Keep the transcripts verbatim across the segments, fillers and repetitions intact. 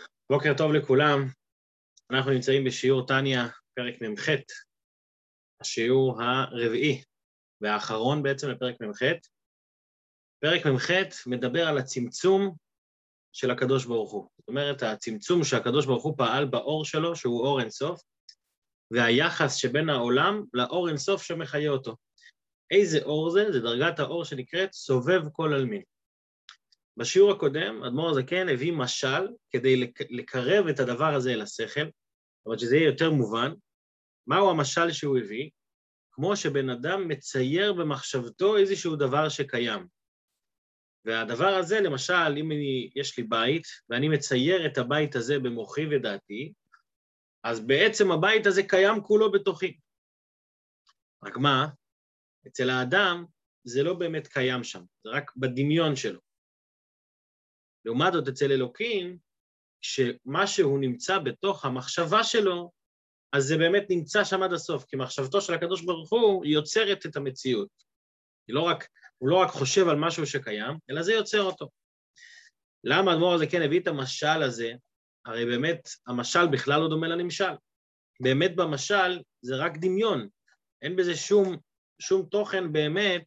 בוקר טוב לכולם, אנחנו נמצאים בשיעור תניה, פרק ממ"ח, השיעור הרביעי והאחרון בעצם לפרק ממ"ח. פרק ממ"ח מדבר על הצמצום של הקדוש ברוך הוא. זאת אומרת, הצמצום שהקדוש ברוך הוא פעל באור שלו, שהוא אור אינסוף, והיחס שבין העולם לאור אינסוף שמחיה אותו. איזה אור זה? זה דרגת האור שנקראת סובב כל עלמין. בשיעור הקודם, אדמו"ר הזקן הביא משל כדי לקרב את הדבר הזה אל השכל, זאת אומרת שזה יהיה יותר מובן. מהו המשל שהוא הביא? כמו שבן אדם מצייר במחשבתו איזשהו דבר שקיים. והדבר הזה, למשל, אם אני, יש לי בית, ואני מצייר את הבית הזה במוחי ודעתי, אז בעצם הבית הזה קיים כולו בתוכי. רק מה? אצל האדם זה לא באמת קיים שם, זה רק בדמיון שלו. לעומת זאת אצל אלוקים, כשמשהו נמצא בתוך המחשבה שלו, אז זה באמת נמצא שם עד הסוף, כי מחשבתו של הקדוש ברוך הוא יוצרת את המציאות. היא לא רק, הוא לא רק חושב על משהו שקיים, אלא זה יוצר אותו. למה האדמו"ר הזה כן הביא את המשל הזה? הרי באמת המשל בכלל לא דומה לנמשל. באמת במשל זה רק דמיון, אין בזה שום, שום תוכן באמת,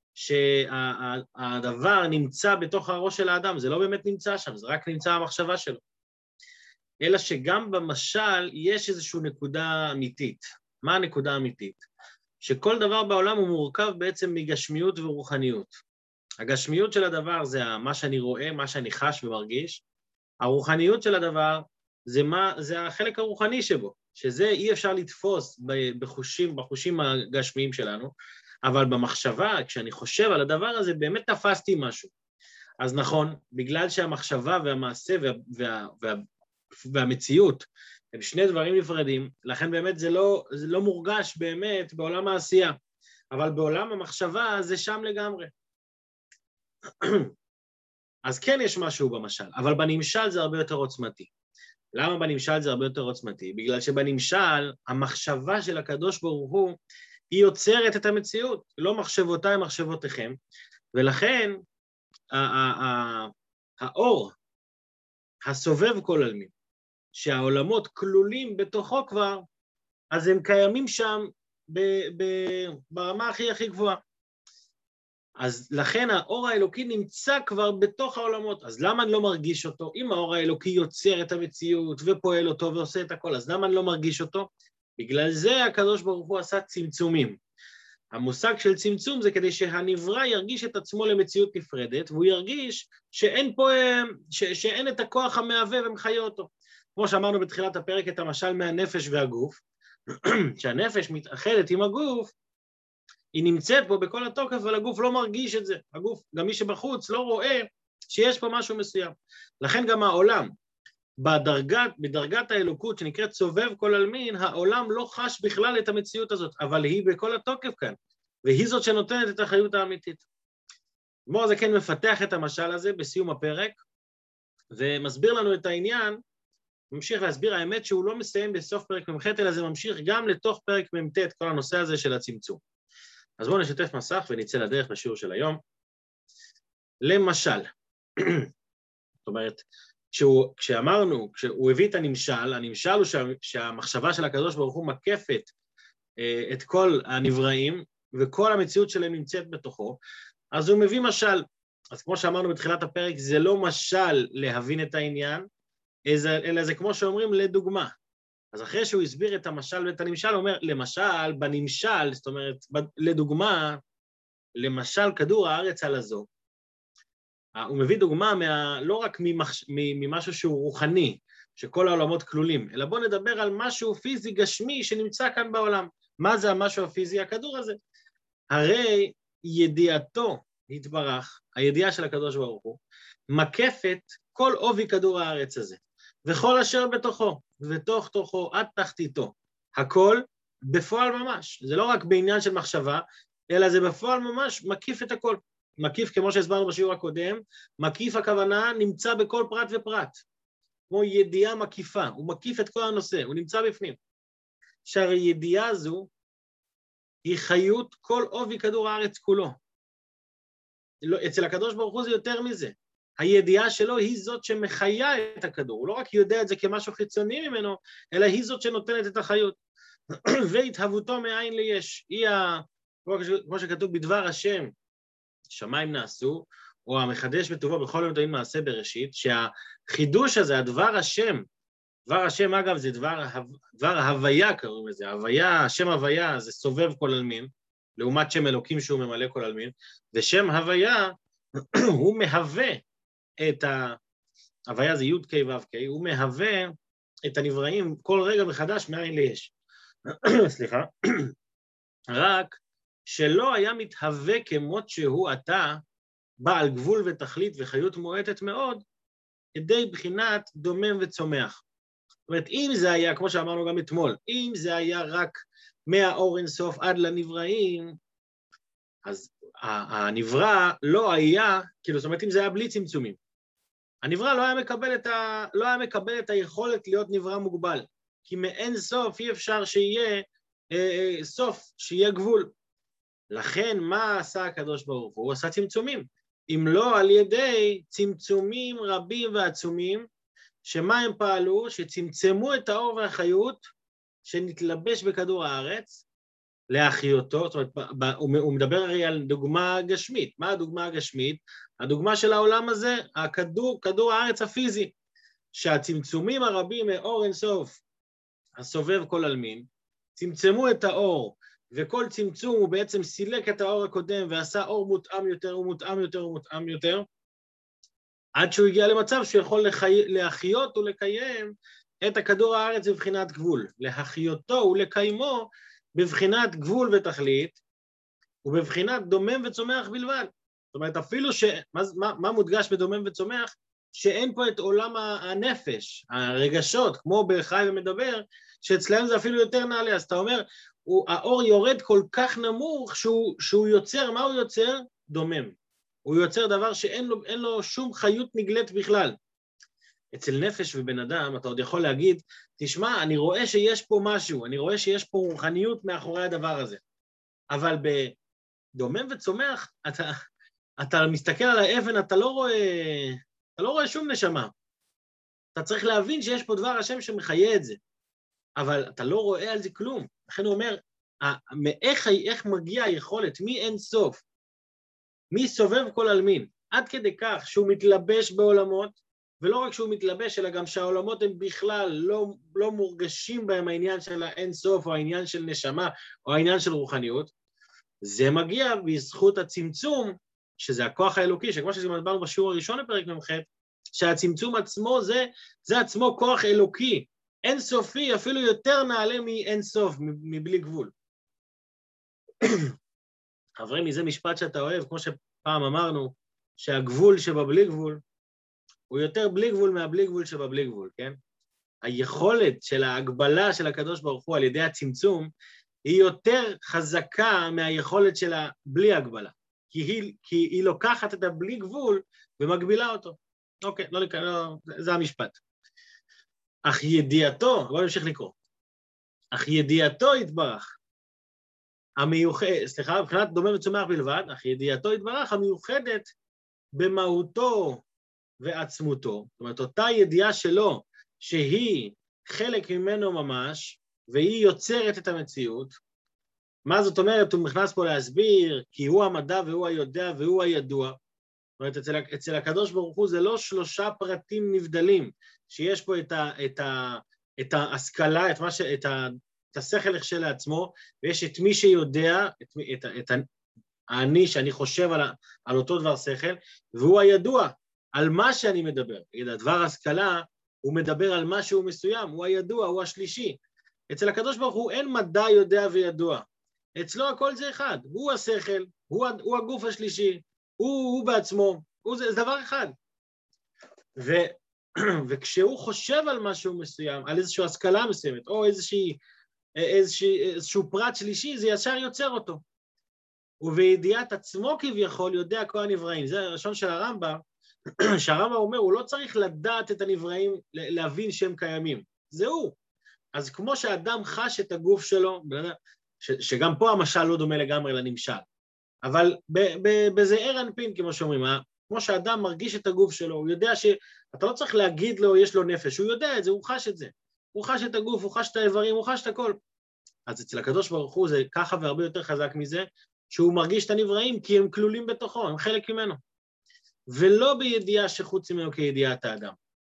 שהדבר נמצא בתוך הראש של האדם, זה לא באמת נמצא שם, זה רק נמצא במחשבה שלו. אלא שגם במשל יש איזושהי נקודה אמיתית. מה הנקודה האמיתית? שכל דבר בעולם הוא מורכב בעצם מגשמיות ורוחניות. הגשמיות של הדבר זה מה שאני רואה, מה שאני חש ומרגיש. הרוחניות של הדבר זה, מה, זה החלק הרוחני שבו, שזה אי אפשר לתפוס בחושים, בחושים הגשמיים שלנו, אבל במחשבה, כשאני חושב על הדבר הזה, באמת תפסתי משהו. אז נכון, בגלל שהמחשבה והמעשה וה, וה, וה, והמציאות הם שני דברים נפרדים, לכן באמת זה לא, זה לא מורגש באמת בעולם העשייה, אבל בעולם המחשבה זה שם לגמרי. אז כן יש משהו במשל, אבל בנמשל זה הרבה יותר עוצמתי. למה בנמשל זה הרבה יותר עוצמתי? בגלל שבנמשל המחשבה של הקדוש ברוך הוא, היא יוצרת את המציאות, לא מחשבותיי, מחשבותיכם, ולכן האור הסובב כל עלמין, שהעולמות כלולים בתוכו כבר, אז הם קיימים שם ברמה הכי הכי גבוהה. אז לכן האור האלוקי נמצא כבר בתוך העולמות, אז למה אני לא מרגיש אותו? אם האור האלוקי יוצר את המציאות ופועל אותו ועושה את הכל, אז למה אני לא מרגיש אותו? בגלל זה הקדוש ברוך הוא עשה צמצומים. המושג של צמצום זה כדי שהנברא ירגיש את עצמו למציאות נפרדת, והוא ירגיש שאין פה, ש, שאין את הכוח המהווה ומחיה אותו. כמו שאמרנו בתחילת הפרק את המשל מהנפש והגוף, שהנפש מתאחדת עם הגוף, היא נמצאת פה בכל התוקף, אבל הגוף לא מרגיש את זה. הגוף, גם מי שבחוץ, לא רואה שיש פה משהו מסוים. לכן גם העולם, בדרגת, בדרגת האלוקות שנקראת סובב כל עלמין, העולם לא חש בכלל את המציאות הזאת, אבל היא בכל התוקף כאן, והיא זאת שנותנת את החיות האמיתית. האדמו"ר הזה כן מפתח את המשל הזה בסיום הפרק, ומסביר לנו את העניין, ממשיך להסביר האמת שהוא לא מסיים בסוף פרק ממ"ח, אלא זה ממשיך גם לתוך פרק מ"ט, כל הנושא הזה של הצמצום. אז בואו נשתף מסך ונצא לדרך בשיעור של היום. למשל, זאת אומרת, כשהוא, כשאמרנו, כשהוא הביא את הנמשל, הנמשל הוא שה, שהמחשבה של הקדוש ברוך הוא מקפת אה, את כל הנבראים, וכל המציאות שלהם נמצאת בתוכו, אז הוא מביא משל. אז כמו שאמרנו בתחילת הפרק, זה לא משל להבין את העניין, אלא זה כמו שאומרים לדוגמה. אז אחרי שהוא הסביר את המשל ואת הנמשל, הוא אומר, למשל, בנמשל, זאת אומרת, לדוגמה, למשל כדור הארץ על הזו, הוא מביא דוגמה מה, לא רק ממחש, ממשהו שהוא רוחני, שכל העולמות כלולים, אלא בואו נדבר על משהו פיזי גשמי שנמצא כאן בעולם. מה זה המשהו הפיזי? הכדור הזה. הרי ידיעתו התברך, הידיעה של הקדוש ברוך הוא, מקפת כל עובי כדור הארץ הזה, וכל אשר בתוכו, ותוך תוכו עד תחתיתו. הכל בפועל ממש. זה לא רק בעניין של מחשבה, אלא זה בפועל ממש מקיף את הכל. מקיף, כמו שהסברנו בשיעור הקודם, מקיף הכוונה נמצא בכל פרט ופרט. כמו ידיעה מקיפה, הוא מקיף את כל הנושא, הוא נמצא בפנים. שהרי ידיעה הזו היא חיות כל עובי כדור הארץ כולו. אצל הקדוש ברוך הוא זה יותר מזה. הידיעה שלו היא זאת שמחיה את הכדור, הוא לא רק יודע את זה כמשהו חיצוני ממנו, אלא היא זאת שנותנת את החיות. והתהוותו מאין ליש, היא ה... כמו שכתוב בדבר השם, שמיים נעשו, או המחדש בטובו בכל יום טועים מעשה בראשית, שהחידוש הזה, הדבר השם, דבר השם אגב זה דבר, דבר הוויה קוראים לזה, הוויה, שם הוויה זה סובב כל אלמין, לעומת שם אלוקים שהוא ממלא כל אלמין, ושם הוויה הוא מהווה את ה... הוויה זה י' ק' ו' ק', הוא מהווה את הנבראים כל רגע מחדש מאין ליש. סליחה. רק שלא היה מתהווה כמות שהוא עתה, בעל גבול ותכלית וחיות מועטת מאוד, כדי בחינת דומם וצומח. זאת אומרת, אם זה היה, כמו שאמרנו גם אתמול, אם זה היה רק מהאור אינסוף עד לנבראים, אז הנברא לא היה, כאילו, זאת אומרת, אם זה היה בלי צמצומים, הנברא לא היה מקבל את, ה, לא היה מקבל את היכולת להיות נברא מוגבל, כי מאין סוף אי אפשר שיהיה אה, סוף, שיהיה גבול. לכן מה עשה הקדוש ברוך הוא? הוא עשה צמצומים. אם לא על ידי צמצומים רבים ועצומים, שמה הם פעלו? שצמצמו את האור והחיות שנתלבש בכדור הארץ, להחיותו, זאת אומרת, הוא מדבר הרי על דוגמה גשמית. מה הדוגמה הגשמית? הדוגמה של העולם הזה, הכדור, כדור הארץ הפיזי, שהצמצומים הרבים מאור אינסוף, הסובב כל אלמין, צמצמו את האור, וכל צמצום הוא בעצם סילק את האור הקודם, ועשה אור מותאם יותר ומותאם יותר ומותאם יותר, עד שהוא הגיע למצב שהוא יכול לחי... להחיות ולקיים את הכדור הארץ בבחינת גבול, להחיותו ולקיימו בבחינת גבול ותכלית, ובבחינת דומם וצומח בלבד. זאת אומרת, אפילו ש... מה, מה, מה מודגש בדומם וצומח? שאין פה את עולם הנפש, הרגשות, כמו בחי ומדבר, שאצלם זה אפילו יותר נעלה. אז אתה אומר, הוא, האור יורד כל כך נמוך שהוא, שהוא יוצר, מה הוא יוצר? דומם. הוא יוצר דבר שאין לו, אין לו שום חיות נגלית בכלל. אצל נפש ובן אדם, אתה עוד יכול להגיד, תשמע, אני רואה שיש פה משהו, אני רואה שיש פה רוחניות מאחורי הדבר הזה. אבל בדומם וצומח, אתה, אתה מסתכל על האבן, אתה לא רואה, אתה לא רואה שום נשמה. אתה צריך להבין שיש פה דבר השם שמחיה את זה. אבל אתה לא רואה על זה כלום. לכן הוא אומר, איך, איך מגיע היכולת, מי אין סוף, מי סובב כל אלמין, עד כדי כך שהוא מתלבש בעולמות, ולא רק שהוא מתלבש, אלא גם שהעולמות הם בכלל לא, לא מורגשים בהם העניין של האין סוף, או העניין של נשמה, או העניין של רוחניות, זה מגיע בזכות הצמצום, שזה הכוח האלוקי, שכמו שדיברנו בשיעור הראשון לפרק ממ"ח, שהצמצום עצמו זה, זה עצמו כוח אלוקי, אין סופי, אפילו יותר נעלה מאין סוף, מבלי גבול. חברים, מזה משפט שאתה אוהב, כמו שפעם אמרנו, שהגבול שבבלי גבול, הוא יותר בלי גבול מהבלי גבול שבבלי גבול, כן? היכולת של ההגבלה של הקדוש ברוך הוא על ידי הצמצום, היא יותר חזקה מהיכולת שלה בלי הגבלה, כי היא, כי היא לוקחת את הבלי גבול ומגבילה אותו. אוקיי, לא, לא, זה המשפט. אך ידיעתו, בואו נמשיך לקרוא, אך ידיעתו יתברך, המיוחד, סליחה, מבחינת דומה וצומח בלבד, אך ידיעתו יתברך המיוחדת במהותו ועצמותו, זאת אומרת, אותה ידיעה שלו, שהיא חלק ממנו ממש, והיא יוצרת את המציאות, מה זאת אומרת? הוא נכנס פה להסביר, כי הוא המדע והוא היודע והוא הידוע, זאת אומרת, אצל, אצל הקדוש ברוך הוא זה לא שלושה פרטים נבדלים, שיש פה את, ה, את, ה, את ההשכלה, את, מה ש, את, ה, את השכל כשלעצמו, ויש את מי שיודע, את, את, את האני שאני חושב על, על אותו דבר שכל, והוא הידוע על מה שאני מדבר. הדבר השכלה, הוא מדבר על משהו מסוים, הוא הידוע, הוא השלישי. אצל הקדוש ברוך הוא אין מדע יודע וידוע. אצלו הכל זה אחד, הוא השכל, הוא, הוא הגוף השלישי, הוא, הוא בעצמו, הוא, זה, זה דבר אחד. ו, וכשהוא חושב על משהו מסוים, על איזושהי השכלה מסוימת, או איזושהי, איזושהי, איזשהו פרט שלישי, זה ישר יוצר אותו. ובידיעת עצמו כביכול יודע כל הנבראים. זה הראשון של הרמב"ם, שהרמב"ם אומר, הוא לא צריך לדעת את הנבראים, להבין שהם קיימים. זה הוא. אז כמו שאדם חש את הגוף שלו, שגם פה המשל לא דומה לגמרי לנמשל, אבל בזעיר אנפין, כמו שאומרים, כמו שאדם מרגיש את הגוף שלו, הוא יודע שאתה לא צריך להגיד לו, יש לו נפש, הוא יודע את זה, הוא חש את זה. הוא חש את הגוף, הוא חש את האיברים, הוא חש את הכל. אז אצל הקדוש ברוך הוא זה ככה והרבה יותר חזק מזה, שהוא מרגיש את הנבראים כי הם כלולים בתוכו, הם חלק ממנו. ולא בידיעה שחוץ ממנו כידיעת האדם.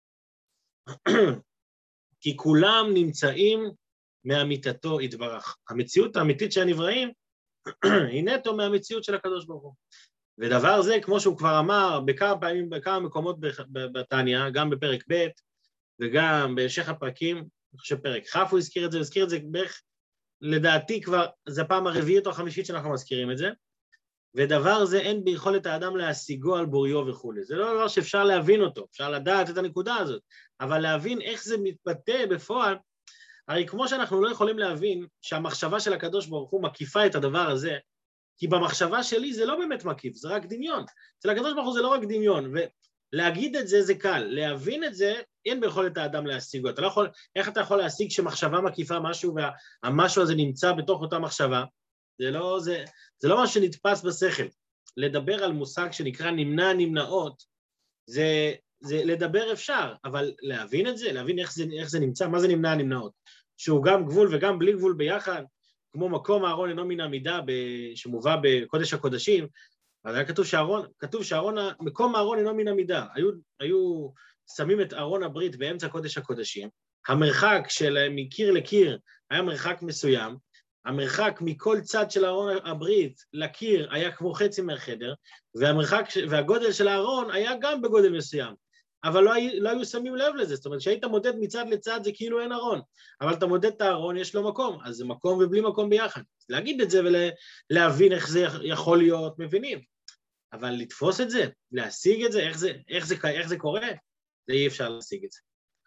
כי כולם נמצאים מאמיתתו יתברך. המציאות האמיתית של הנבראים היא נטו מהמציאות של הקדוש ברוך הוא. ודבר זה, כמו שהוא כבר אמר בכמה פעמים, בכמה מקומות בתניא, גם בפרק ב' וגם בהמשך הפרקים, אני חושב פרק כ' הוא הזכיר את זה, הוא הזכיר את זה בערך, לדעתי כבר, זה הפעם הרביעית או החמישית שאנחנו מזכירים את זה, ודבר זה אין ביכולת האדם להשיגו על בוריו וכו'. זה לא דבר שאפשר להבין אותו, אפשר לדעת את הנקודה הזאת, אבל להבין איך זה מתבטא בפועל, הרי כמו שאנחנו לא יכולים להבין שהמחשבה של הקדוש ברוך הוא מקיפה את הדבר הזה, כי במחשבה שלי זה לא באמת מקיף, זה רק דמיון. אצל הקדוש ברוך הוא זה לא רק דמיון, ולהגיד את זה זה קל, להבין את זה אין ביכולת האדם להשיגו. אתה לא יכול, איך אתה יכול להשיג שמחשבה מקיפה משהו והמשהו הזה נמצא בתוך אותה מחשבה? זה לא, זה, זה לא משהו שנתפס בשכל. לדבר על מושג שנקרא נמנע נמנעות, זה, זה לדבר אפשר, אבל להבין את זה, להבין איך זה, איך זה נמצא, מה זה נמנע נמנעות? שהוא גם גבול וגם בלי גבול ביחד, כמו מקום הארון אינו מן המידה שמובא בקודש הקודשים, אז היה כתוב שהארון, כתוב שהארון, מקום הארון אינו מן המידה, היו, היו שמים את ארון הברית באמצע קודש הקודשים, המרחק של מקיר לקיר היה מרחק מסוים, המרחק מכל צד של ארון הברית לקיר היה כמו חצי מהחדר, והמרחק, והגודל של הארון היה גם בגודל מסוים, אבל לא, לא היו שמים לב לזה, זאת אומרת שהיית מודד מצד לצד זה כאילו אין ארון, אבל אתה מודד את הארון, יש לו מקום, אז זה מקום ובלי מקום ביחד. להגיד את זה ולהבין איך זה יכול להיות, מבינים. אבל לתפוס את זה, להשיג את זה, איך זה, איך זה, איך זה קורה, זה אי אפשר להשיג את זה.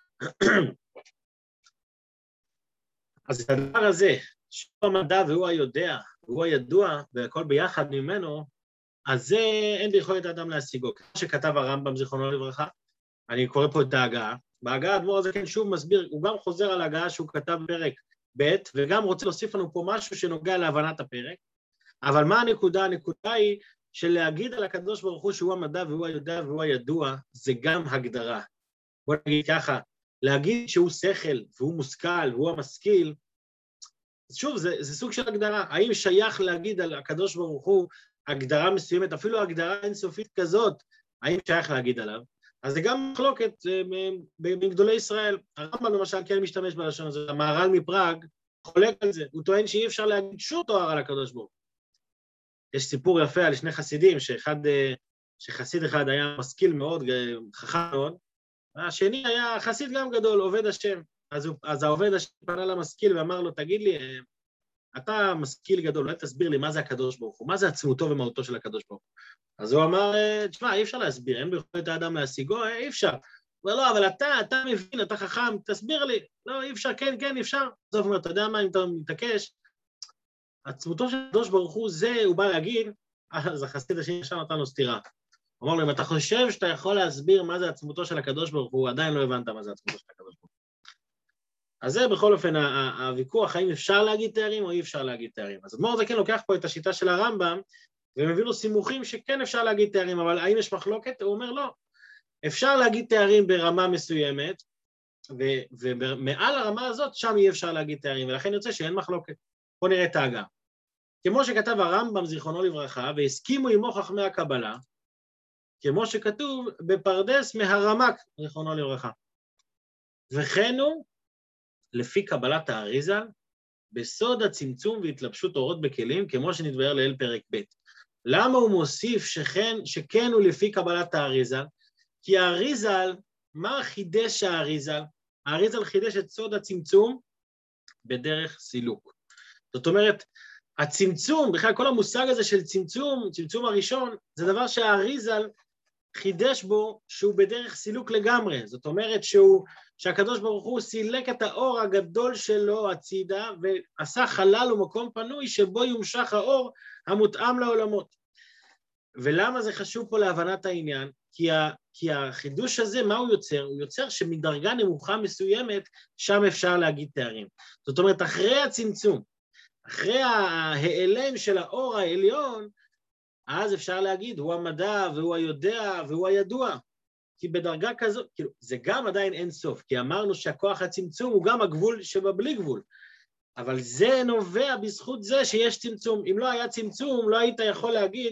אז את הדבר הזה, שהוא המדע והוא היודע, והוא הידוע, והכל ביחד ממנו, אז זה אין ביכולת האדם להשיגו. כמו שכתב הרמב"ם זיכרונו לברכה, אני קורא פה את ההגעה, בהגעה הדבור הזה כן שוב מסביר, הוא גם חוזר על ההגעה שהוא כתב פרק ב' וגם רוצה להוסיף לנו פה משהו שנוגע להבנת הפרק, אבל מה הנקודה? הנקודה היא של להגיד על הקדוש ברוך הוא שהוא המדע והוא היודע והוא הידוע, זה גם הגדרה. בוא נגיד ככה, להגיד שהוא שכל והוא מושכל והוא המשכיל, שוב זה, זה סוג של הגדרה, האם שייך להגיד על הקדוש ברוך הוא הגדרה מסוימת, אפילו הגדרה אינסופית כזאת, האם שייך להגיד עליו? אז זה גם מחלוקת בגדולי ישראל. הרמב"ם למשל כן משתמש בלשון הזה, המהר"ל מפראג חולק על זה, הוא טוען שאי אפשר להגיד שום תואר על הקדוש ברוך הוא. יש סיפור יפה על שני חסידים, שאחד, שחסיד אחד היה משכיל מאוד, חכם מאוד, השני היה חסיד גם גדול, עובד השם. אז, הוא, אז העובד השם פנה למשכיל ואמר לו, תגיד לי, אתה משכיל גדול, אולי תסביר לי מה זה הקדוש ברוך הוא, מה זה עצמותו ומהותו של הקדוש ברוך הוא. אז הוא אמר, תשמע, אי אפשר להסביר, אין ביכולת האדם להשיגו, אי אפשר. הוא אומר, לא, אבל אתה, אתה מבין, אתה חכם, תסביר לי. לא, אי אפשר, כן, כן, אפשר. זאת אומרת, אתה יודע מה, אם אתה מתעקש, עצמותו של הקדוש ברוך הוא זה, הוא בא להגיד, אז החסיד השני שם נתן לו סתירה. הוא אמר לו, אם אתה חושב שאתה יכול להסביר מה זה עצמותו של הקדוש ברוך הוא, עדיין לא הבנת מה זה עצמותו של הקדוש ברוך הוא. אז זה בכל אופן הוויכוח, האם אפשר להגיד תארים או אי אפשר להגיד תארים. אז אדמו"ר הזקן לוקח פה את השיטה של הרמב"ם, ומביא לו סימוכים שכן אפשר להגיד תארים, אבל האם יש מחלוקת? הוא אומר לא. אפשר להגיד תארים ברמה מסוימת, ו- ומעל הרמה הזאת שם אי אפשר להגיד תארים, ולכן יוצא שאין מחלוקת. בואו נראה את ההגה. כמו שכתב הרמב"ם זיכרונו לברכה, והסכימו עמו חכמי הקבלה, כמו שכתוב בפרדס מהרמק זיכרונו לברכה. וכן הוא, לפי קבלת האריז"ל, בסוד הצמצום והתלבשות אורות בכלים, כמו שנתבהר לאל פרק ב'. למה הוא מוסיף שכן, שכן הוא לפי קבלת האריז"ל? כי האריז"ל, מה חידש האריז"ל? האריז"ל חידש את סוד הצמצום בדרך סילוק. זאת אומרת, הצמצום, בכלל כל המושג הזה של צמצום, צמצום הראשון, זה דבר שהאריז"ל חידש בו שהוא בדרך סילוק לגמרי. זאת אומרת שהוא, שהקדוש ברוך הוא סילק את האור הגדול שלו הצידה, ועשה חלל ומקום פנוי שבו יומשך האור המותאם לעולמות. ולמה זה חשוב פה להבנת העניין? כי, ה, כי החידוש הזה, מה הוא יוצר? הוא יוצר שמדרגה נמוכה מסוימת, שם אפשר להגיד תארים. זאת אומרת, אחרי הצמצום, אחרי ההיעלם של האור העליון, אז אפשר להגיד, הוא המדע והוא היודע והוא הידוע. כי בדרגה כזו, כאילו, זה גם עדיין אין סוף, כי אמרנו שהכוח הצמצום הוא גם הגבול שבבלי גבול. אבל זה נובע בזכות זה שיש צמצום. אם לא היה צמצום, לא היית יכול להגיד,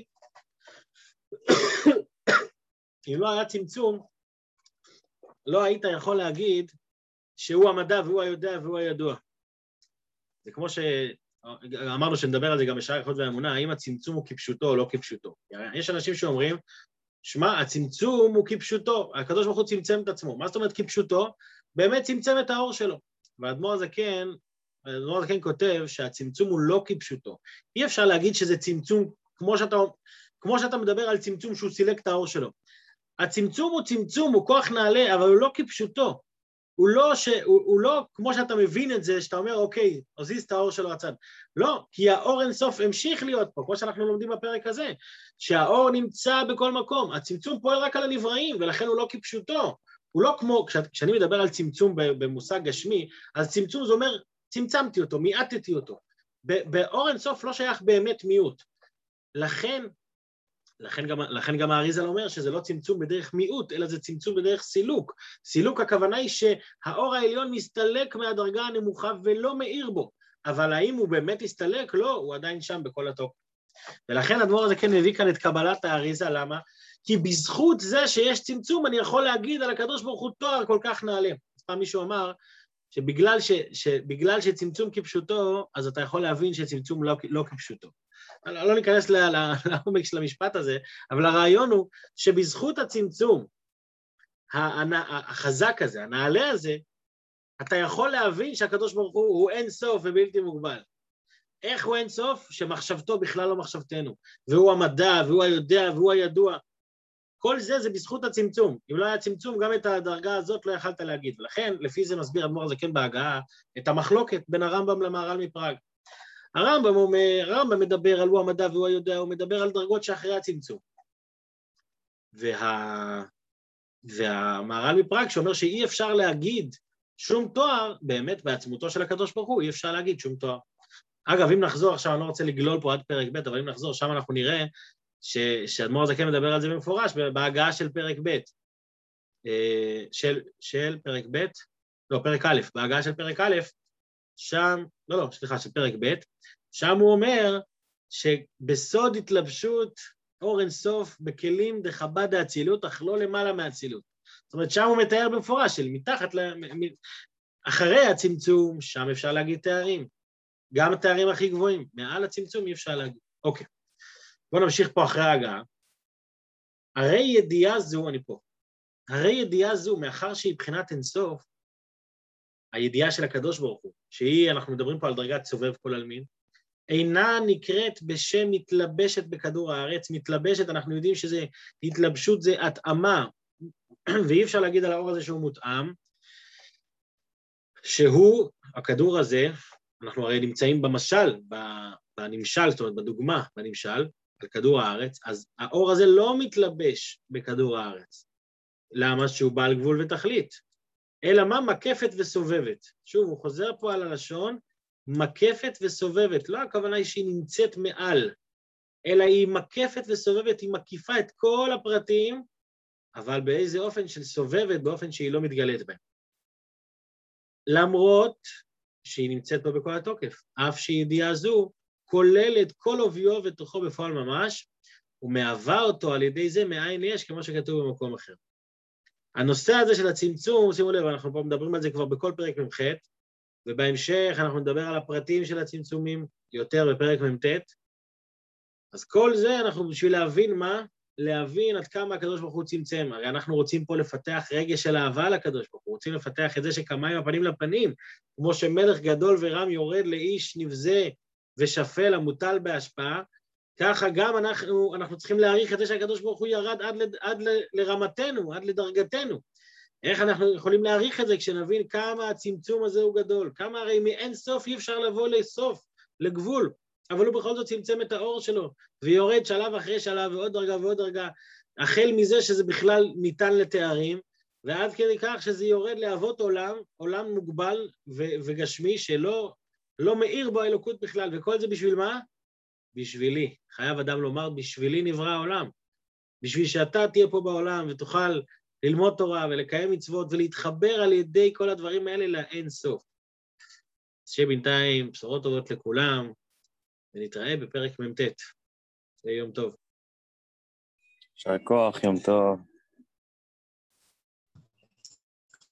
אם לא היה צמצום, לא היית יכול להגיד שהוא המדע והוא היודע והוא הידוע. זה כמו שאמרנו שנדבר על זה גם בשעה אחת והאמונה, האם הצמצום הוא כפשוטו או לא כפשוטו. יש אנשים שאומרים, שמע, הצמצום הוא כפשוטו, הקדוש ברוך הוא צמצם את עצמו. מה זאת אומרת כפשוטו? באמת צמצם את האור שלו. והאדמו"ר הזקן, האדמו"ר הזקן כותב שהצמצום הוא לא כפשוטו. אי אפשר להגיד שזה צמצום, כמו שאתה, כמו שאתה מדבר על צמצום שהוא סילק את האור שלו. הצמצום הוא צמצום, הוא כוח נעלה, אבל הוא לא כפשוטו. הוא לא, ש... הוא, הוא לא כמו שאתה מבין את זה, שאתה אומר, אוקיי, עוזיז את האור שלו הצד. לא, כי האור אינסוף המשיך להיות פה, כמו שאנחנו לומדים בפרק הזה, שהאור נמצא בכל מקום. הצמצום פועל רק על הנבראים, ולכן הוא לא כפשוטו. הוא לא כמו, כש... כשאני מדבר על צמצום במושג גשמי, אז צמצום זה אומר, צמצמתי אותו, מיעטתי אותו. באור אינסוף לא שייך באמת מיעוט. לכן, לכן גם, לכן גם האריזל אומר שזה לא צמצום בדרך מיעוט, אלא זה צמצום בדרך סילוק. סילוק הכוונה היא שהאור העליון מסתלק מהדרגה הנמוכה ולא מאיר בו, אבל האם הוא באמת הסתלק? לא, הוא עדיין שם בכל התוקף. ולכן האדמו"ר הזה כן מביא כאן את קבלת האריזה, למה? כי בזכות זה שיש צמצום, אני יכול להגיד על הקדוש ברוך הוא תואר כל כך נעלה. אז פעם מישהו אמר, שבגלל, ש, שבגלל שצמצום כפשוטו, אז אתה יכול להבין שצמצום לא, לא כפשוטו. לא ניכנס לעומק של המשפט הזה, אבל הרעיון הוא שבזכות הצמצום החזק הזה, הנעלה הזה, אתה יכול להבין שהקדוש ברוך הוא הוא אין סוף ובלתי מוגבל. איך הוא אין סוף? שמחשבתו בכלל לא מחשבתנו, והוא המדע, והוא היודע, והוא הידוע. כל זה זה בזכות הצמצום. אם לא היה צמצום, גם את הדרגה הזאת לא יכלת להגיד. ולכן, לפי זה מסביר האדמו"ר הזקן בהגעה, את המחלוקת בין הרמב"ם למהר"ל מפראג. הרמב"ם, אומר, הרמב"ם מדבר על הוא המדע והוא היודע, הוא מדבר על דרגות שאחרי הצמצום. וה... והמהר"ל מפראג שאומר שאי אפשר להגיד שום תואר, באמת בעצמותו של הקדוש ברוך הוא, אי אפשר להגיד שום תואר. אגב, אם נחזור עכשיו, אני לא רוצה לגלול פה עד פרק ב', אבל אם נחזור, שם אנחנו נראה שהאדמו"ר הזקן מדבר על זה במפורש, בהגעה של פרק ב', של, של פרק ב', לא, פרק א', בהגעה של פרק א', שם, לא, לא, סליחה, של פרק ב', שם הוא אומר שבסוד התלבשות אור אין סוף בכלים דחב"ד האצילות, אך לא למעלה מהאצילות. זאת אומרת, שם הוא מתאר במפורש, של מתחת, אחרי הצמצום, שם אפשר להגיד תארים. גם התארים הכי גבוהים, מעל הצמצום אי אפשר להגיד. אוקיי, בואו נמשיך פה אחרי ההגעה. הרי ידיעה זו, אני פה, הרי ידיעה זו, מאחר שהיא בחינת אין סוף, הידיעה של הקדוש ברוך הוא, שהיא, אנחנו מדברים פה על דרגת סובב כל עלמין, אינה נקראת בשם מתלבשת בכדור הארץ. מתלבשת, אנחנו יודעים שזה, התלבשות זה התאמה, ואי אפשר להגיד על האור הזה שהוא מותאם, שהוא, הכדור הזה, אנחנו הרי נמצאים במשל, בנמשל, זאת אומרת בדוגמה, בנמשל, על כדור הארץ, אז האור הזה לא מתלבש בכדור הארץ. למה? שהוא בעל גבול ותכלית. אלא מה? מקפת וסובבת. שוב, הוא חוזר פה על הלשון, מקפת וסובבת. לא הכוונה היא שהיא נמצאת מעל, אלא היא מקפת וסובבת, היא מקיפה את כל הפרטים, אבל באיזה אופן של סובבת, באופן שהיא לא מתגלית בהם. למרות שהיא נמצאת פה בכל התוקף, אף שידיעה זו כוללת כל עוביו ותוכו בפועל ממש, ומהווה אותו על ידי זה מאין יש, כמו שכתוב במקום אחר. הנושא הזה של הצמצום, שימו לב, אנחנו פה מדברים על זה כבר בכל פרק ממ"ח, ובהמשך אנחנו נדבר על הפרטים של הצמצומים יותר בפרק ממ"ט, אז כל זה אנחנו בשביל להבין מה, להבין עד כמה הקדוש ברוך הוא צמצם. הרי אנחנו רוצים פה לפתח רגש של אהבה לקדוש ברוך הוא, רוצים לפתח את זה שכמיים הפנים לפנים, כמו שמלך גדול ורם יורד לאיש נבזה ושפל המוטל בהשפעה, ככה גם אנחנו, אנחנו צריכים להעריך את זה שהקדוש ברוך הוא ירד עד, ל, עד ל, לרמתנו, עד לדרגתנו. איך אנחנו יכולים להעריך את זה כשנבין כמה הצמצום הזה הוא גדול, כמה הרי מאין סוף אי אפשר לבוא לסוף, לגבול, אבל הוא בכל זאת צמצם את האור שלו, ויורד שלב אחרי שלב ועוד דרגה ועוד דרגה, החל מזה שזה בכלל ניתן לתארים, ועד כדי כך שזה יורד לאבות עולם, עולם מוגבל ו- וגשמי שלא לא מאיר בו האלוקות בכלל, וכל זה בשביל מה? בשבילי. חייב אדם לומר, בשבילי נברא העולם. בשביל שאתה תהיה פה בעולם ותוכל ללמוד תורה ולקיים מצוות ולהתחבר על ידי כל הדברים האלה לאין סוף. אז שבינתיים בשורות טובות לכולם, ונתראה בפרק מ"ט. שיהיה יום טוב. יישר כוח, יום טוב.